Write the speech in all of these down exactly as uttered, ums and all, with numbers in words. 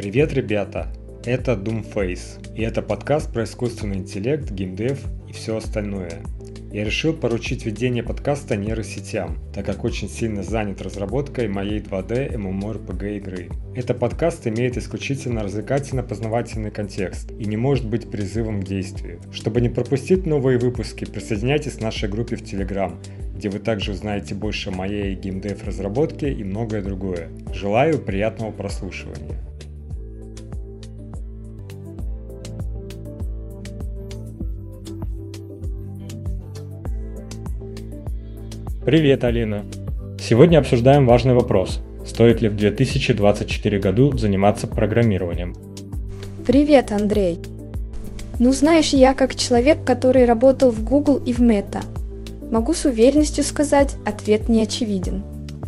Привет, ребята! Это Doomface, и это подкаст про искусственный интеллект, геймдев и все остальное. Я решил поручить ведение подкаста нейросетям, так как очень сильно занят разработкой моей два дэ MMORPG игры. Этот подкаст имеет исключительно развлекательно-познавательный контекст и не может быть призывом к действию. Чтобы не пропустить новые выпуски, присоединяйтесь к нашей группе в Telegram, где вы также узнаете больше о моей геймдев-разработке и многое другое. Желаю приятного прослушивания. Привет, Алина! Сегодня обсуждаем важный вопрос. Стоит ли в две тысячи двадцать четвёртом году заниматься программированием? Привет, Андрей! Ну знаешь, я как человек, который работал в Google и в Meta, могу с уверенностью сказать, ответ не очевиден.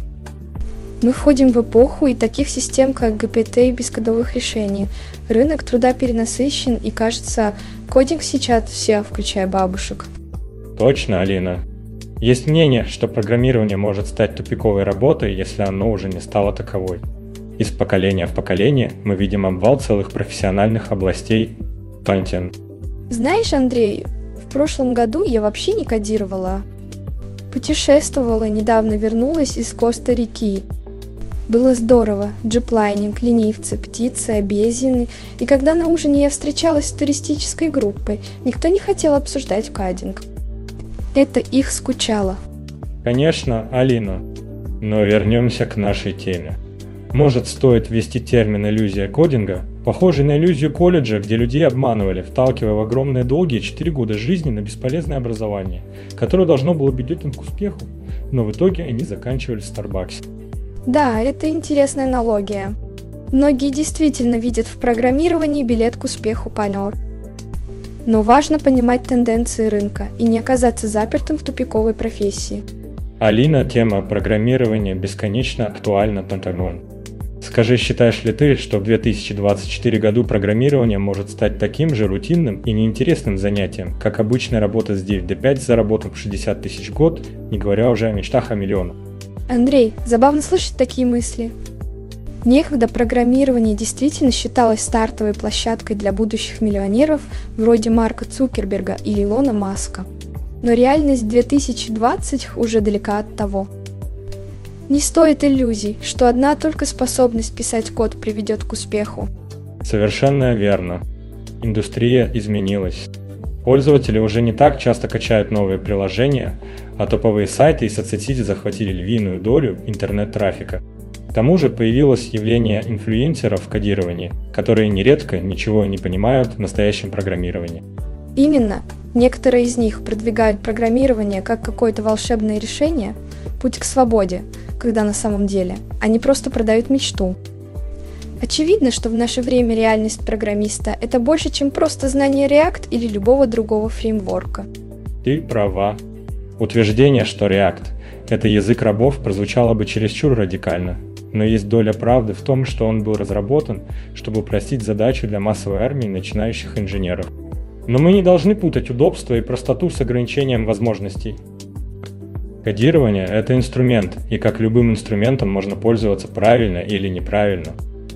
Мы входим в эпоху и таких систем, как джи пи ти и бескодовых решений. Рынок труда перенасыщен, и кажется, кодинг сейчас все, включая бабушек. Точно, Алина. Есть мнение, что программирование может стать тупиковой работой, если оно уже не стало таковой. Из поколения в поколение мы видим обвал целых профессиональных областей контент. Знаешь, Андрей, в прошлом году я вообще не кодировала. Путешествовала, недавно вернулась из Коста-Рики. Было здорово. Джиплайнинг, ленивцы, птицы, обезьяны. И когда на ужине я встречалась с туристической группой, никто не хотел обсуждать кодинг. Это их скучало. Конечно, Алина. Но вернемся к нашей теме. Может, стоит ввести термин «иллюзия кодинга», похожий на иллюзию колледжа, где людей обманывали, вталкивая в огромные долгие четыре года жизни на бесполезное образование, которое должно было привести их к успеху, но в итоге они заканчивали в Старбаксе. Да, это интересная аналогия. Многие действительно видят в программировании билет к успеху партнер. Но важно понимать тенденции рынка и не оказаться запертым в тупиковой профессии. Алина, тема программирования бесконечно актуальна, Пентагон. Скажи, считаешь ли ты, что в две тысячи двадцать четвёртом году программирование может стать таким же рутинным и неинтересным занятием, как обычная работа с девять до пяти с заработком в шестьдесят тысяч в год, не говоря уже о мечтах о миллионах? Андрей, забавно слышать такие мысли. Некогда программирование действительно считалось стартовой площадкой для будущих миллионеров вроде Марка Цукерберга или Илона Маска. Но реальность две тысячи двадцатого уже далека от того. Не стоит иллюзий, что одна только способность писать код приведет к успеху. Совершенно верно. Индустрия изменилась. Пользователи уже не так часто качают новые приложения, а топовые сайты и соцсети захватили львиную долю интернет-трафика. К тому же появилось явление инфлюенсеров в кодировании, которые нередко ничего не понимают в настоящем программировании. Именно. Некоторые из них продвигают программирование как какое-то волшебное решение, путь к свободе, когда на самом деле они просто продают мечту. Очевидно, что в наше время реальность программиста – это больше, чем просто знание React или любого другого фреймворка. Ты права. Утверждение, что React – это язык рабов, прозвучало бы чересчур радикально. Но есть доля правды в том, что он был разработан, чтобы упростить задачу для массовой армии начинающих инженеров. Но мы не должны путать удобство и простоту с ограничением возможностей. Кодирование – это инструмент, и как любым инструментом можно пользоваться правильно или неправильно.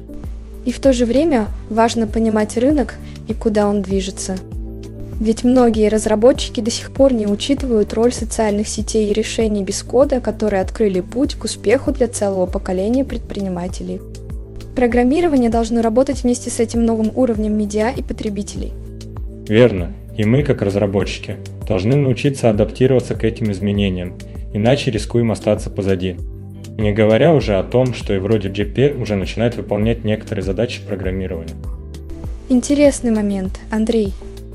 И в то же время важно понимать рынок и куда он движется. Ведь многие разработчики до сих пор не учитывают роль социальных сетей и решений без кода, которые открыли путь к успеху для целого поколения предпринимателей. Программирование должно работать вместе с этим новым уровнем медиа и потребителей. Верно. И мы, как разработчики, должны научиться адаптироваться к этим изменениям, иначе рискуем остаться позади. Не говоря уже о том, что и вроде джи пи уже начинает выполнять некоторые задачи программирования. Интересный момент, Андрей.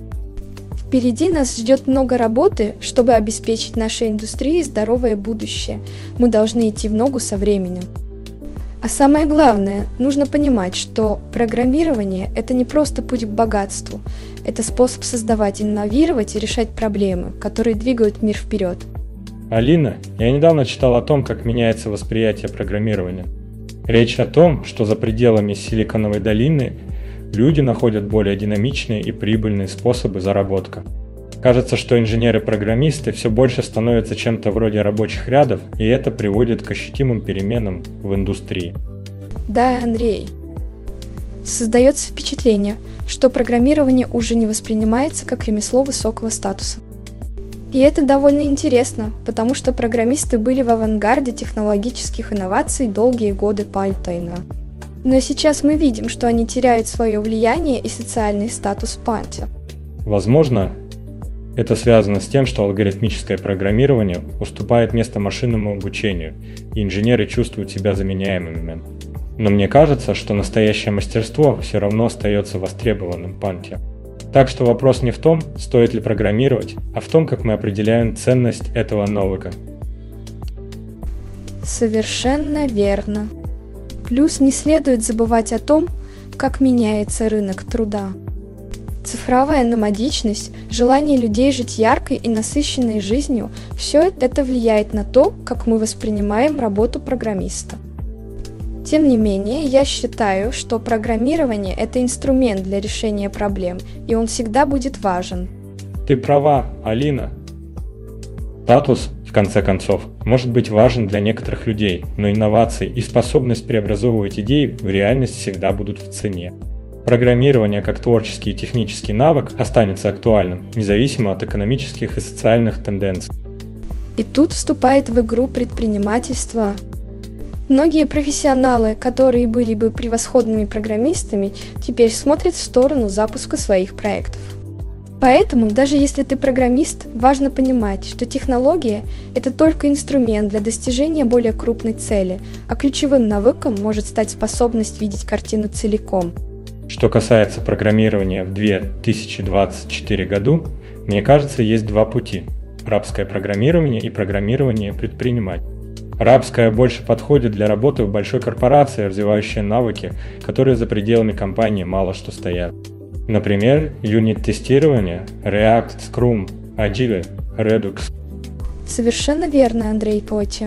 Впереди нас ждет много работы, чтобы обеспечить нашей индустрии здоровое будущее. Мы должны идти в ногу со временем. А самое главное, нужно понимать, что программирование – это не просто путь к богатству, это способ создавать, инновировать и решать проблемы, которые двигают мир вперед. Алина, я недавно читал о том, как меняется восприятие программирования. Речь о том, что за пределами Силиконовой долины люди находят более динамичные и прибыльные способы заработка. Кажется, что инженеры-программисты все больше становятся чем-то вроде рабочих рядов, и это приводит к ощутимым переменам в индустрии. Да, Андрей. Создается впечатление, что программирование уже не воспринимается как ремесло высокого статуса. И это довольно интересно, потому что программисты были в авангарде технологических инноваций долгие годы Пальтейна. Но сейчас мы видим, что они теряют свое влияние и социальный статус в Панте. Возможно, это связано с тем, что алгоритмическое программирование уступает место машинному обучению, и инженеры чувствуют себя заменяемыми. Но мне кажется, что настоящее мастерство все равно остается востребованным в Панте. Так что вопрос не в том, стоит ли программировать, а в том, как мы определяем ценность этого навыка. Совершенно верно. Плюс не следует забывать о том, как меняется рынок труда. Цифровая номадичность, желание людей жить яркой и насыщенной жизнью – все это влияет на то, как мы воспринимаем работу программиста. Тем не менее, я считаю, что программирование – это инструмент для решения проблем, и он всегда будет важен. Ты права, Алина. Статус, в конце концов, может быть важен для некоторых людей, но инновации и способность преобразовывать идеи в реальность всегда будут в цене. Программирование как творческий и технический навык останется актуальным, независимо от экономических и социальных тенденций. И тут вступает в игру предпринимательство. Многие профессионалы, которые были бы превосходными программистами, теперь смотрят в сторону запуска своих проектов. Поэтому, даже если ты программист, важно понимать, что технология – это только инструмент для достижения более крупной цели, а ключевым навыком может стать способность видеть картину целиком. Что касается программирования в две тысячи двадцать четвёртом году, мне кажется, есть два пути – рабское программирование и программирование предпринимателя. Рабское больше подходит для работы в большой корпорации, развивающей навыки, которые за пределами компании мало что стоят. Например, юнит-тестирование, React, Scrum, Agile, Redux. Совершенно верно, Андрей Поти.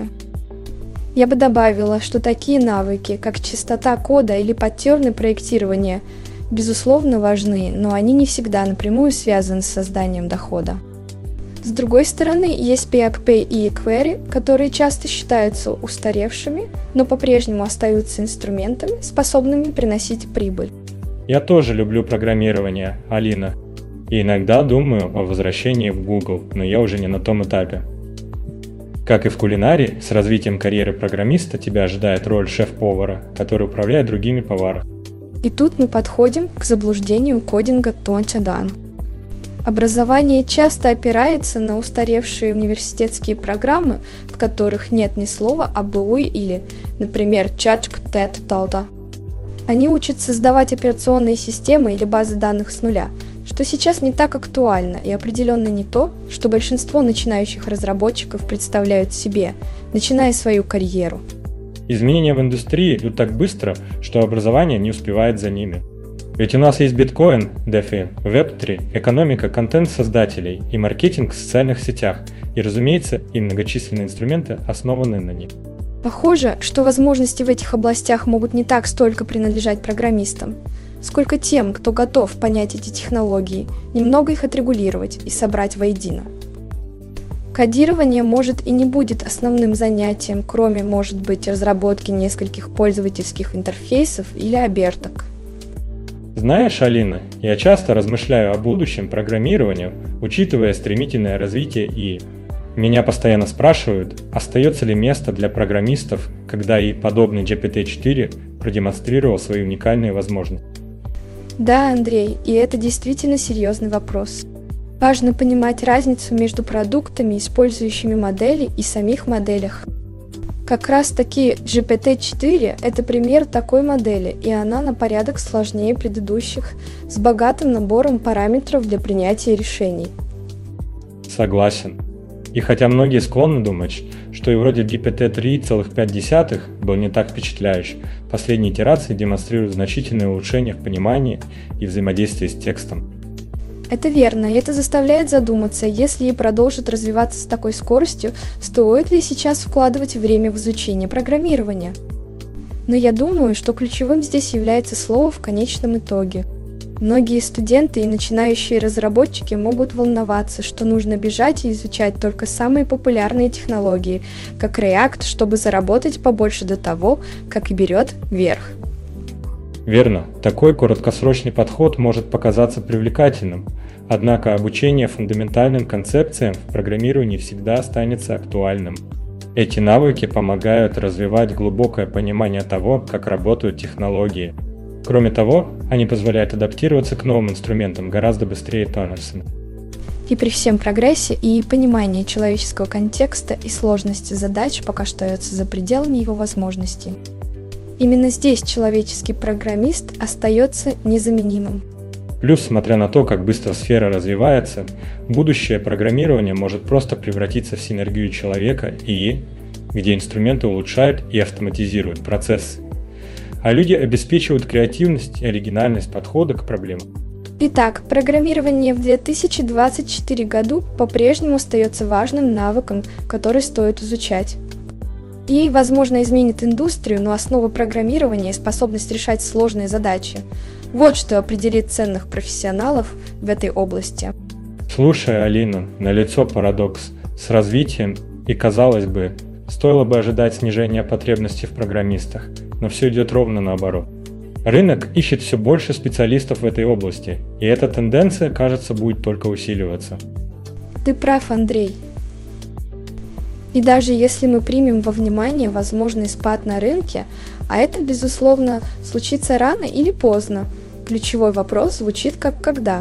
Я бы добавила, что такие навыки, как чистота кода или паттерны проектирования, безусловно важны, но они не всегда напрямую связаны с созданием дохода. С другой стороны, есть пи эйч пи и jQuery, которые часто считаются устаревшими, но по-прежнему остаются инструментами, способными приносить прибыль. Я тоже люблю программирование, Алина, и иногда думаю о возвращении в Google, но я уже не на том этапе. Как и в кулинарии, с развитием карьеры программиста тебя ожидает роль шеф-повара, который управляет другими поварами. И тут мы подходим к заблуждению кодинга Тончадан. Образование часто опирается на устаревшие университетские программы, в которых нет ни слова об БУ или, например, чачк тет талда. Они учат создавать операционные системы или базы данных с нуля, что сейчас не так актуально и определенно не то, что большинство начинающих разработчиков представляют себе, начиная свою карьеру. Изменения в индустрии идут так быстро, что образование не успевает за ними. Ведь у нас есть биткоин, дефи, веб три, экономика контент-создателей и маркетинг в социальных сетях, и, разумеется, и многочисленные инструменты, основанные на них. Похоже, что возможности в этих областях могут не так столько принадлежать программистам, сколько тем, кто готов понять эти технологии, немного их отрегулировать и собрать воедино. Кодирование может и не будет основным занятием, кроме, может быть, разработки нескольких пользовательских интерфейсов или оберток. Знаешь, Алина, я часто размышляю о будущем программирования, учитывая стремительное развитие ИИ. Меня постоянно спрашивают, остается ли место для программистов, когда и подобный джи пи ти четыре продемонстрировал свои уникальные возможности. Да, Андрей, и это действительно серьезный вопрос. Важно понимать разницу между продуктами, использующими модели, и самих моделях. Как раз таки джи пи ти четыре – это пример такой модели, и она на порядок сложнее предыдущих, с богатым набором параметров для принятия решений. Согласен. И хотя многие склонны думать, что и вроде джи пи ти три целых пять десятых был не так впечатляющий, последние итерации демонстрируют значительное улучшение в понимании и взаимодействии с текстом. Это верно, и это заставляет задуматься, если и продолжит развиваться с такой скоростью, стоит ли сейчас вкладывать время в изучение программирования. Но я думаю, что ключевым здесь является слово в конечном итоге. Многие студенты и начинающие разработчики могут волноваться, что нужно бежать и изучать только самые популярные технологии, как React, чтобы заработать побольше до того, как и берет верх. Верно, такой короткосрочный подход может показаться привлекательным, однако обучение фундаментальным концепциям в программировании всегда останется актуальным. Эти навыки помогают развивать глубокое понимание того, как работают технологии. Кроме того, они позволяют адаптироваться к новым инструментам гораздо быстрее Томлинсона. И при всем прогрессе и понимании человеческого контекста и сложности задач пока что остается за пределами его возможностей. Именно здесь человеческий программист остается незаменимым. Плюс, смотря на то, как быстро сфера развивается, будущее программирования может просто превратиться в синергию человека и ИИ, где инструменты улучшают и автоматизируют процессы, а люди обеспечивают креативность и оригинальность подхода к проблемам. Итак, программирование в две тысячи двадцать четвёртом году по-прежнему остается важным навыком, который стоит изучать. И, возможно, изменит индустрию, но основа программирования и способность решать сложные задачи – вот что определит ценных профессионалов в этой области. Слушай, Алина, налицо парадокс. С развитием, и казалось бы, стоило бы ожидать снижения потребностей в программистах, но все идет ровно наоборот. Рынок ищет все больше специалистов в этой области, и эта тенденция, кажется, будет только усиливаться. Ты прав, Андрей. И даже если мы примем во внимание возможный спад на рынке, а это, безусловно, случится рано или поздно, ключевой вопрос звучит как «когда?».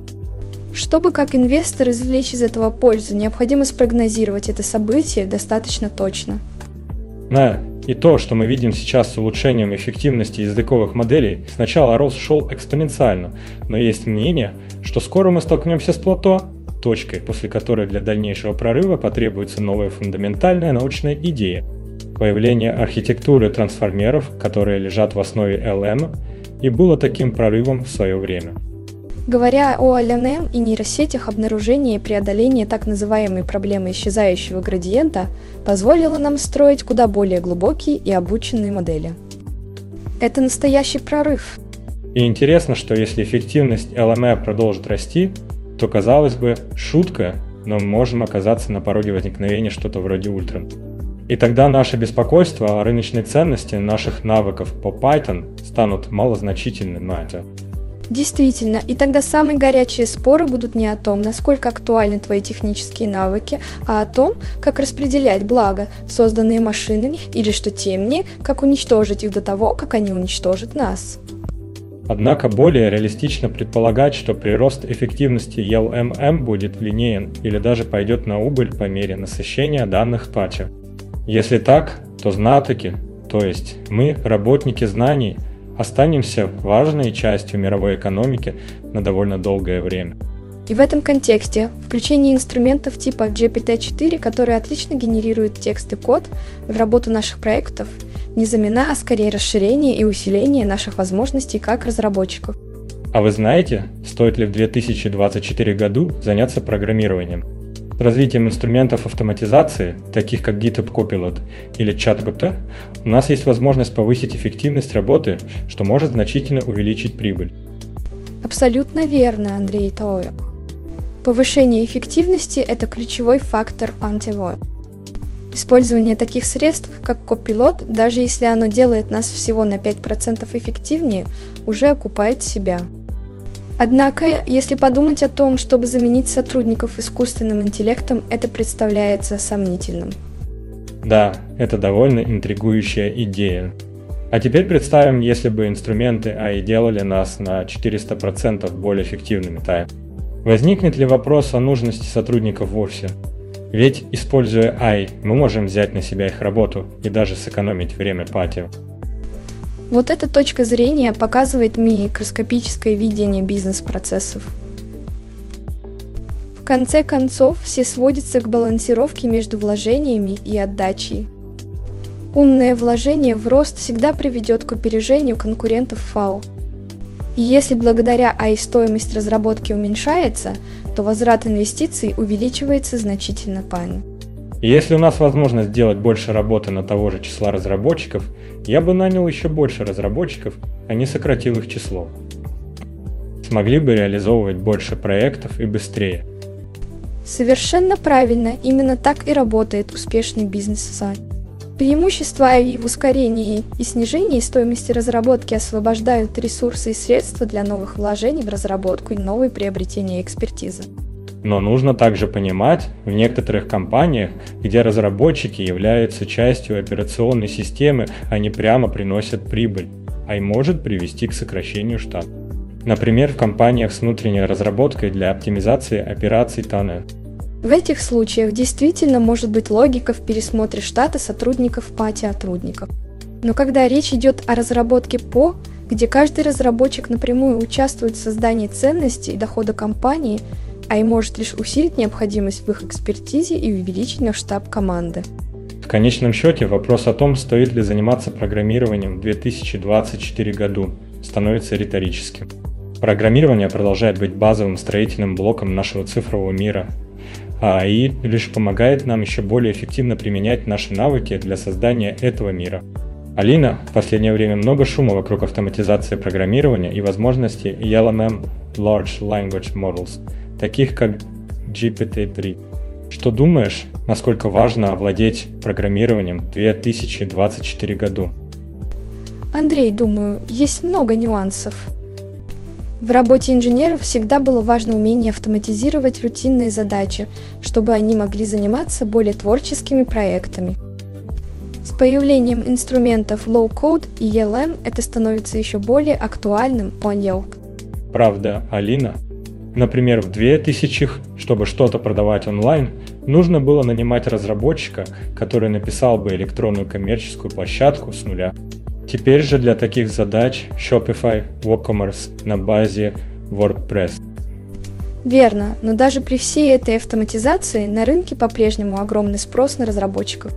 Чтобы как инвестор извлечь из этого пользу, необходимо спрогнозировать это событие достаточно точно. Да, и то, что мы видим сейчас с улучшением эффективности языковых моделей, сначала рост шел экспоненциально, но есть мнение, что скоро мы столкнемся с плато, точкой, после которой для дальнейшего прорыва потребуется новая фундаментальная научная идея. Появление архитектуры трансформеров, которые лежат в основе эл эм, и было таким прорывом в свое время. Говоря о эл эл эм и нейросетях, обнаружение и преодоление так называемой проблемы исчезающего градиента позволило нам строить куда более глубокие и обученные модели. Это настоящий прорыв. И интересно, что если эффективность эл эм продолжит расти, то, казалось бы, шутка, но мы можем оказаться на пороге возникновения что-то вроде ультра. И тогда наше беспокойство о рыночной ценности наших навыков по Python станут малозначительными. Действительно, и тогда самые горячие споры будут не о том, насколько актуальны твои технические навыки, а о том, как распределять блага, созданные машинами, или, что темнее, как уничтожить их до того, как они уничтожат нас. Однако более реалистично предполагать, что прирост эффективности эл эм эм будет линеен или даже пойдет на убыль по мере насыщения данных патча. Если так, то знатоки, то есть мы, работники знаний, останемся важной частью мировой экономики на довольно долгое время. И в этом контексте включение инструментов типа джи пи ти четыре, которые отлично генерируют текст и код, в работу наших проектов, не замена, а скорее расширение и усиление наших возможностей как разработчиков. А вы знаете, стоит ли в две тысячи двадцать четвёртом году заняться программированием? С развитием инструментов автоматизации, таких как GitHub Copilot или ChatGPT, у нас есть возможность повысить эффективность работы, что может значительно увеличить прибыль. Абсолютно верно, Андрей Тойо. Повышение эффективности – это ключевой фактор антивой. Использование таких средств, как Copilot, даже если оно делает нас всего на пять процентов эффективнее, уже окупает себя. Однако, если подумать о том, чтобы заменить сотрудников искусственным интеллектом, это представляется сомнительным. Да, это довольно интригующая идея. А теперь представим, если бы инструменты эй ай делали нас на четыреста процентов более эффективными. Так? Возникнет ли вопрос о нужности сотрудников вовсе? Ведь, используя эй ай, мы можем взять на себя их работу и даже сэкономить время пати. Вот эта точка зрения показывает микроскопическое видение бизнес-процессов. В конце концов, все сводится к балансировке между вложениями и отдачей. Умное вложение в рост всегда приведет к опережению конкурентов ФАО. И если благодаря эй ай стоимость разработки уменьшается, то возврат инвестиций увеличивается значительно пани. Если у нас возможность сделать больше работы на того же числа разработчиков, я бы нанял еще больше разработчиков, а не сократил их число. Смогли бы реализовывать больше проектов и быстрее. Совершенно правильно, именно так и работает успешный бизнес. Преимущества и в ускорении и снижении стоимости разработки освобождают ресурсы и средства для новых вложений в разработку и новые приобретения экспертизы. Но нужно также понимать, в некоторых компаниях, где разработчики являются частью операционной системы, они прямо приносят прибыль, а и может привести к сокращению штата. Например, в компаниях с внутренней разработкой для оптимизации операций тоннеля. В этих случаях действительно может быть логика в пересмотре штата сотрудников пати сотрудников. Но когда речь идет о разработке ПО, где каждый разработчик напрямую участвует в создании ценности и дохода компании, а и может лишь усилить необходимость в их экспертизе и увеличить наш штаб команды. В конечном счете вопрос о том, стоит ли заниматься программированием в две тысячи двадцать четвёртом году, становится риторическим. Программирование продолжает быть базовым строительным блоком нашего цифрового мира, а эй ай лишь помогает нам еще более эффективно применять наши навыки для создания этого мира. Алина, в последнее время много шума вокруг автоматизации программирования и возможностей эл эм эм Large Language Models, таких как джи пи ти три. Что думаешь, насколько важно овладеть программированием в две тысячи двадцать четвёртом году? Андрей, думаю, есть много нюансов. В работе инженеров всегда было важно умение автоматизировать рутинные задачи, чтобы они могли заниматься более творческими проектами. С появлением инструментов Low-Code и и эл эм это становится еще более актуальным, понял? Правда, Алина? Например, в двухтысячных, чтобы что-то продавать онлайн, нужно было нанимать разработчика, который написал бы электронную коммерческую площадку с нуля. Теперь же для таких задач Shopify, WooCommerce на базе WordPress. Верно, но даже при всей этой автоматизации на рынке по-прежнему огромный спрос на разработчиков.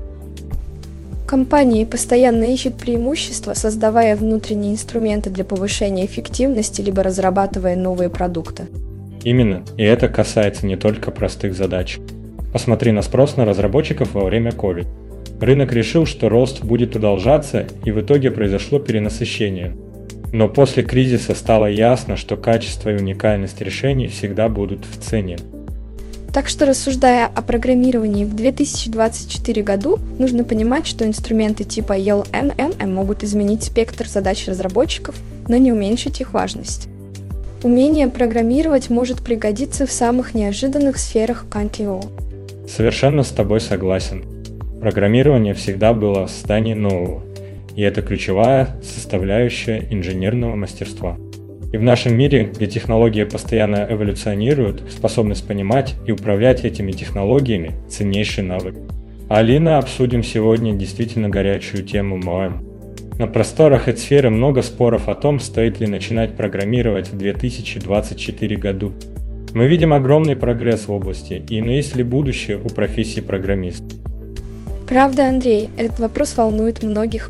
Компании постоянно ищут преимущества, создавая внутренние инструменты для повышения эффективности либо разрабатывая новые продукты. Именно, и это касается не только простых задач. Посмотри на спрос на разработчиков во время ковид. Рынок решил, что рост будет продолжаться, и в итоге произошло перенасыщение. Но после кризиса стало ясно, что качество и уникальность решений всегда будут в цене. Так что, рассуждая о программировании в две тысячи двадцать четвёртом году, нужно понимать, что инструменты типа эл эм эм могут изменить спектр задач разработчиков, но не уменьшить их важность. Умение программировать может пригодиться в самых неожиданных сферах ка ти о. Совершенно с тобой согласен. Программирование всегда было в создании нового, и это ключевая составляющая инженерного мастерства. И в нашем мире, где технологии постоянно эволюционируют, способность понимать и управлять этими технологиями – ценнейший навык. Алина, обсудим сегодня действительно горячую тему МОЭМ. На просторах этой сферы много споров о том, стоит ли начинать программировать в две тысячи двадцать четвёртом году. Мы видим огромный прогресс в области, и но есть ли будущее у профессии программист? Правда, Андрей, этот вопрос волнует многих.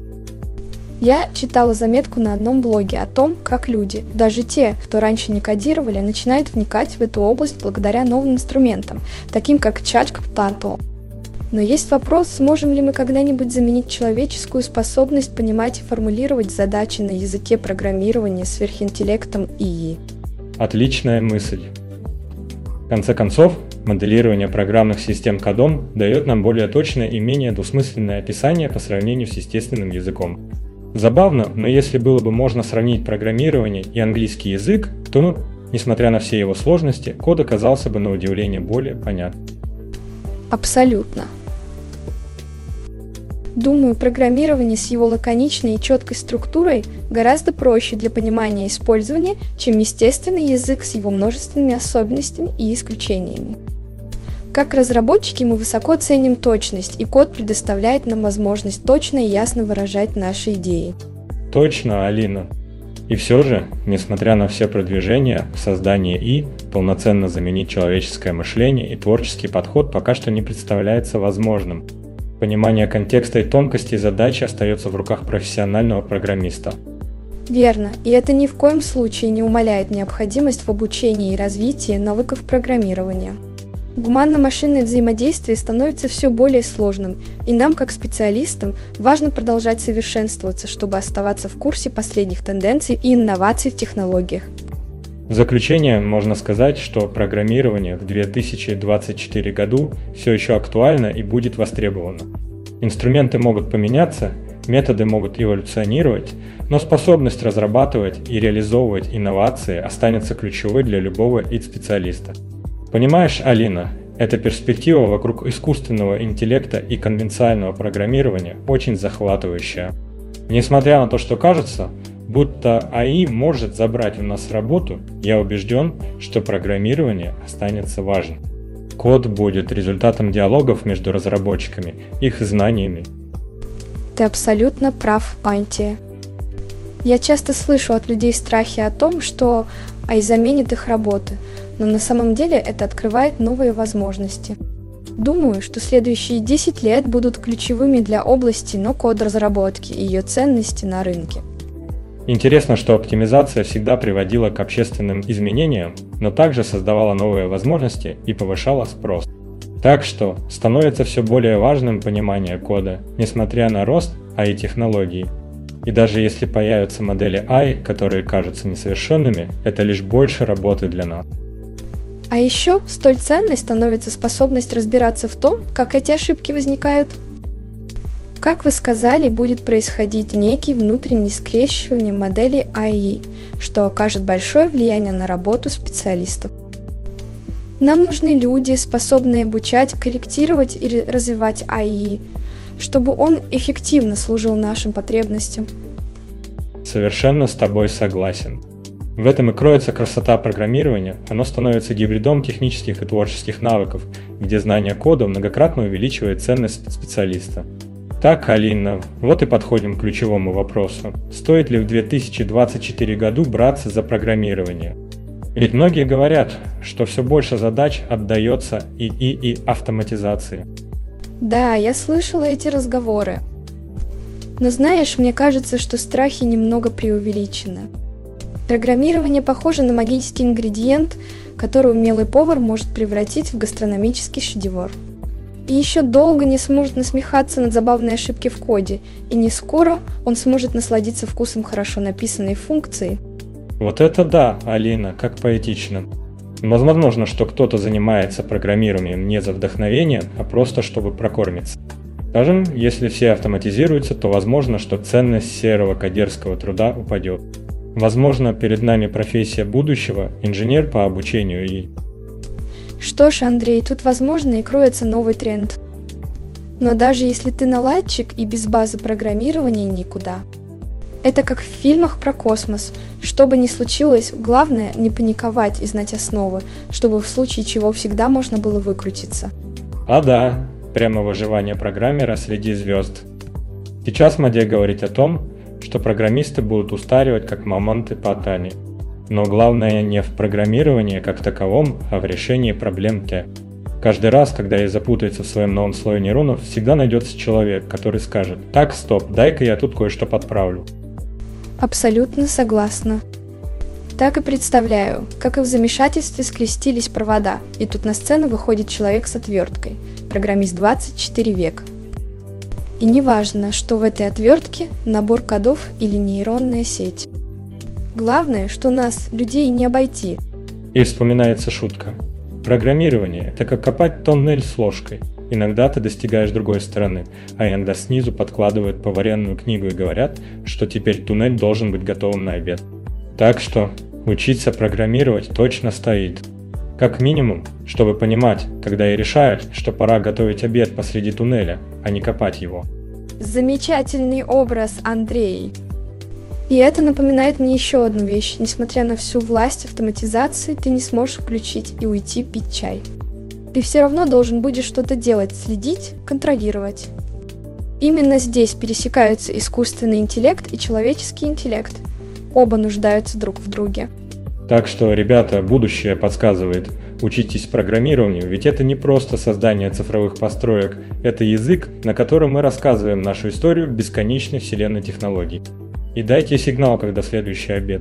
Я читала заметку на одном блоге о том, как люди, даже те, кто раньше не кодировали, начинают вникать в эту область благодаря новым инструментам, таким как ChatGPT. Но есть вопрос, сможем ли мы когда-нибудь заменить человеческую способность понимать и формулировать задачи на языке программирования сверхинтеллектом и и. Отличная мысль. В конце концов, моделирование программных систем кодом дает нам более точное и менее двусмысленное описание по сравнению с естественным языком. Забавно, но если было бы можно сравнить программирование и английский язык, то, ну, несмотря на все его сложности, код оказался бы на удивление более понятным. Абсолютно. Думаю, программирование с его лаконичной и четкой структурой гораздо проще для понимания и использования, чем естественный язык с его множественными особенностями и исключениями. Как разработчики мы высоко ценим точность, и код предоставляет нам возможность точно и ясно выражать наши идеи. Точно, Алина. И все же, несмотря на все продвижения в создании и, полноценно заменить человеческое мышление и творческий подход пока что не представляется возможным. Понимание контекста и тонкостей задачи остается в руках профессионального программиста. Верно, и это ни в коем случае не умаляет необходимость в обучении и развитии навыков программирования. Гуманно-машинное взаимодействие становится все более сложным, и нам, как специалистам, важно продолжать совершенствоваться, чтобы оставаться в курсе последних тенденций и инноваций в технологиях. В заключение можно сказать, что программирование в две тысячи двадцать четвёртом году все еще актуально и будет востребовано. Инструменты могут поменяться, методы могут эволюционировать, но способность разрабатывать и реализовывать инновации останется ключевой для любого ай ти-специалиста. Понимаешь, Алина, эта перспектива вокруг искусственного интеллекта и конвенционального программирования очень захватывающая. Несмотря на то, что кажется, будто эй ай может забрать у нас работу, я убежден, что программирование останется важным. Код будет результатом диалогов между разработчиками, их знаниями. Ты абсолютно прав, Антия. Я часто слышу от людей страхи о том, что эй ай заменит их работы, но на самом деле это открывает новые возможности. Думаю, что следующие десять лет будут ключевыми для области но-код разработки и ее ценности на рынке. Интересно, что оптимизация всегда приводила к общественным изменениям, но также создавала новые возможности и повышала спрос. Так что становится все более важным понимание кода, несмотря на рост эй ай-технологий. И даже если появятся модели эй ай, которые кажутся несовершенными, это лишь больше работы для нас. А еще столь ценной становится способность разбираться в том, как эти ошибки возникают. Как вы сказали, будет происходить некий внутренний скрещивание моделей эй ай, что окажет большое влияние на работу специалистов. Нам нужны люди, способные обучать, корректировать и развивать эй ай, чтобы он эффективно служил нашим потребностям. Совершенно с тобой согласен. В этом и кроется красота программирования, оно становится гибридом технических и творческих навыков, где знание кода многократно увеличивает ценность специалиста. Так, Алина, вот и подходим к ключевому вопросу. Стоит ли в две тысячи двадцать четвёртом году браться за программирование? Ведь многие говорят, что все больше задач отдается ИИ и автоматизации. Да, я слышала эти разговоры. Но знаешь, мне кажется, что страхи немного преувеличены. Программирование похоже на магический ингредиент, который умелый повар может превратить в гастрономический шедевр. И еще долго не сможет насмехаться над забавной ошибки в коде, и не скоро он сможет насладиться вкусом хорошо написанной функции. Вот это да, Алина, как поэтично. Возможно, что кто-то занимается программированием не за вдохновением, а просто чтобы прокормиться. Скажем, если все автоматизируются, то возможно, что ценность серого кодерского труда упадет. Возможно, перед нами профессия будущего – инженер по обучению ИИ. Что ж, Андрей, тут возможно и кроется новый тренд. Но даже если ты наладчик и без базы программирования никуда. Это как в фильмах про космос. Что бы ни случилось, главное не паниковать и знать основы, чтобы в случае чего всегда можно было выкрутиться. А да, прямо выживание программера среди звезд. Сейчас моде говорить о том, что программисты будут устаривать как мамонты по Тане. Но главное не в программировании как таковом, а в решении проблем Т. Каждый раз, когда я запутается в своем новом слое нейронов, всегда найдется человек, который скажет: «Так, стоп, дай-ка я тут кое-что подправлю». Абсолютно согласна. Так и представляю, как и в замешательстве скрестились провода, и тут на сцену выходит человек с отверткой, программист двадцать четыре века. И неважно, что в этой отвертке набор кодов или нейронная сеть. Главное, что нас, людей, не обойти. И вспоминается шутка. Программирование – это как копать тоннель с ложкой. Иногда ты достигаешь другой стороны, а иногда снизу подкладывают поваренную книгу и говорят, что теперь туннель должен быть готовым на обед. Так что учиться программировать точно стоит. Как минимум, чтобы понимать, когда и решают, что пора готовить обед посреди туннеля, а не копать его. Замечательный образ, Андрей. И это напоминает мне еще одну вещь. Несмотря на всю власть автоматизации, ты не сможешь включить и уйти пить чай. Ты все равно должен будешь что-то делать, следить, контролировать. Именно здесь пересекаются искусственный интеллект и человеческий интеллект. Оба нуждаются друг в друге. Так что, ребята, будущее подсказывает, учитесь программированию, ведь это не просто создание цифровых построек, это язык, на котором мы рассказываем нашу историю бесконечной вселенной технологий. И дайте сигнал, когда следующий обед.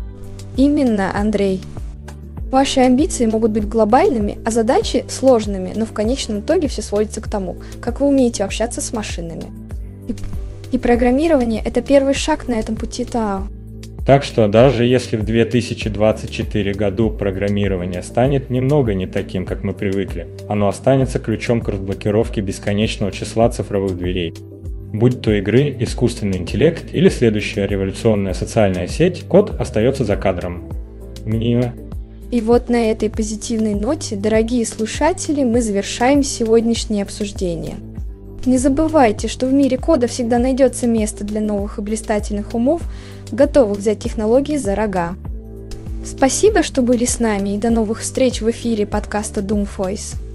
Именно, Андрей. Ваши амбиции могут быть глобальными, а задачи сложными, но в конечном итоге все сводится к тому, как вы умеете общаться с машинами. И, и программирование – это первый шаг на этом пути Тао. Так что даже если в две тысячи двадцать четвёртом году программирование станет немного не таким, как мы привыкли, оно останется ключом к разблокировке бесконечного числа цифровых дверей. Будь то игры, искусственный интеллект или следующая революционная социальная сеть, код остается за кадром. Мимо. И вот на этой позитивной ноте, дорогие слушатели, мы завершаем сегодняшнее обсуждение. Не забывайте, что в мире кода всегда найдется место для новых и блистательных умов, готовых взять технологии за рога. Спасибо, что были с нами, и до новых встреч в эфире подкаста Doom Voice.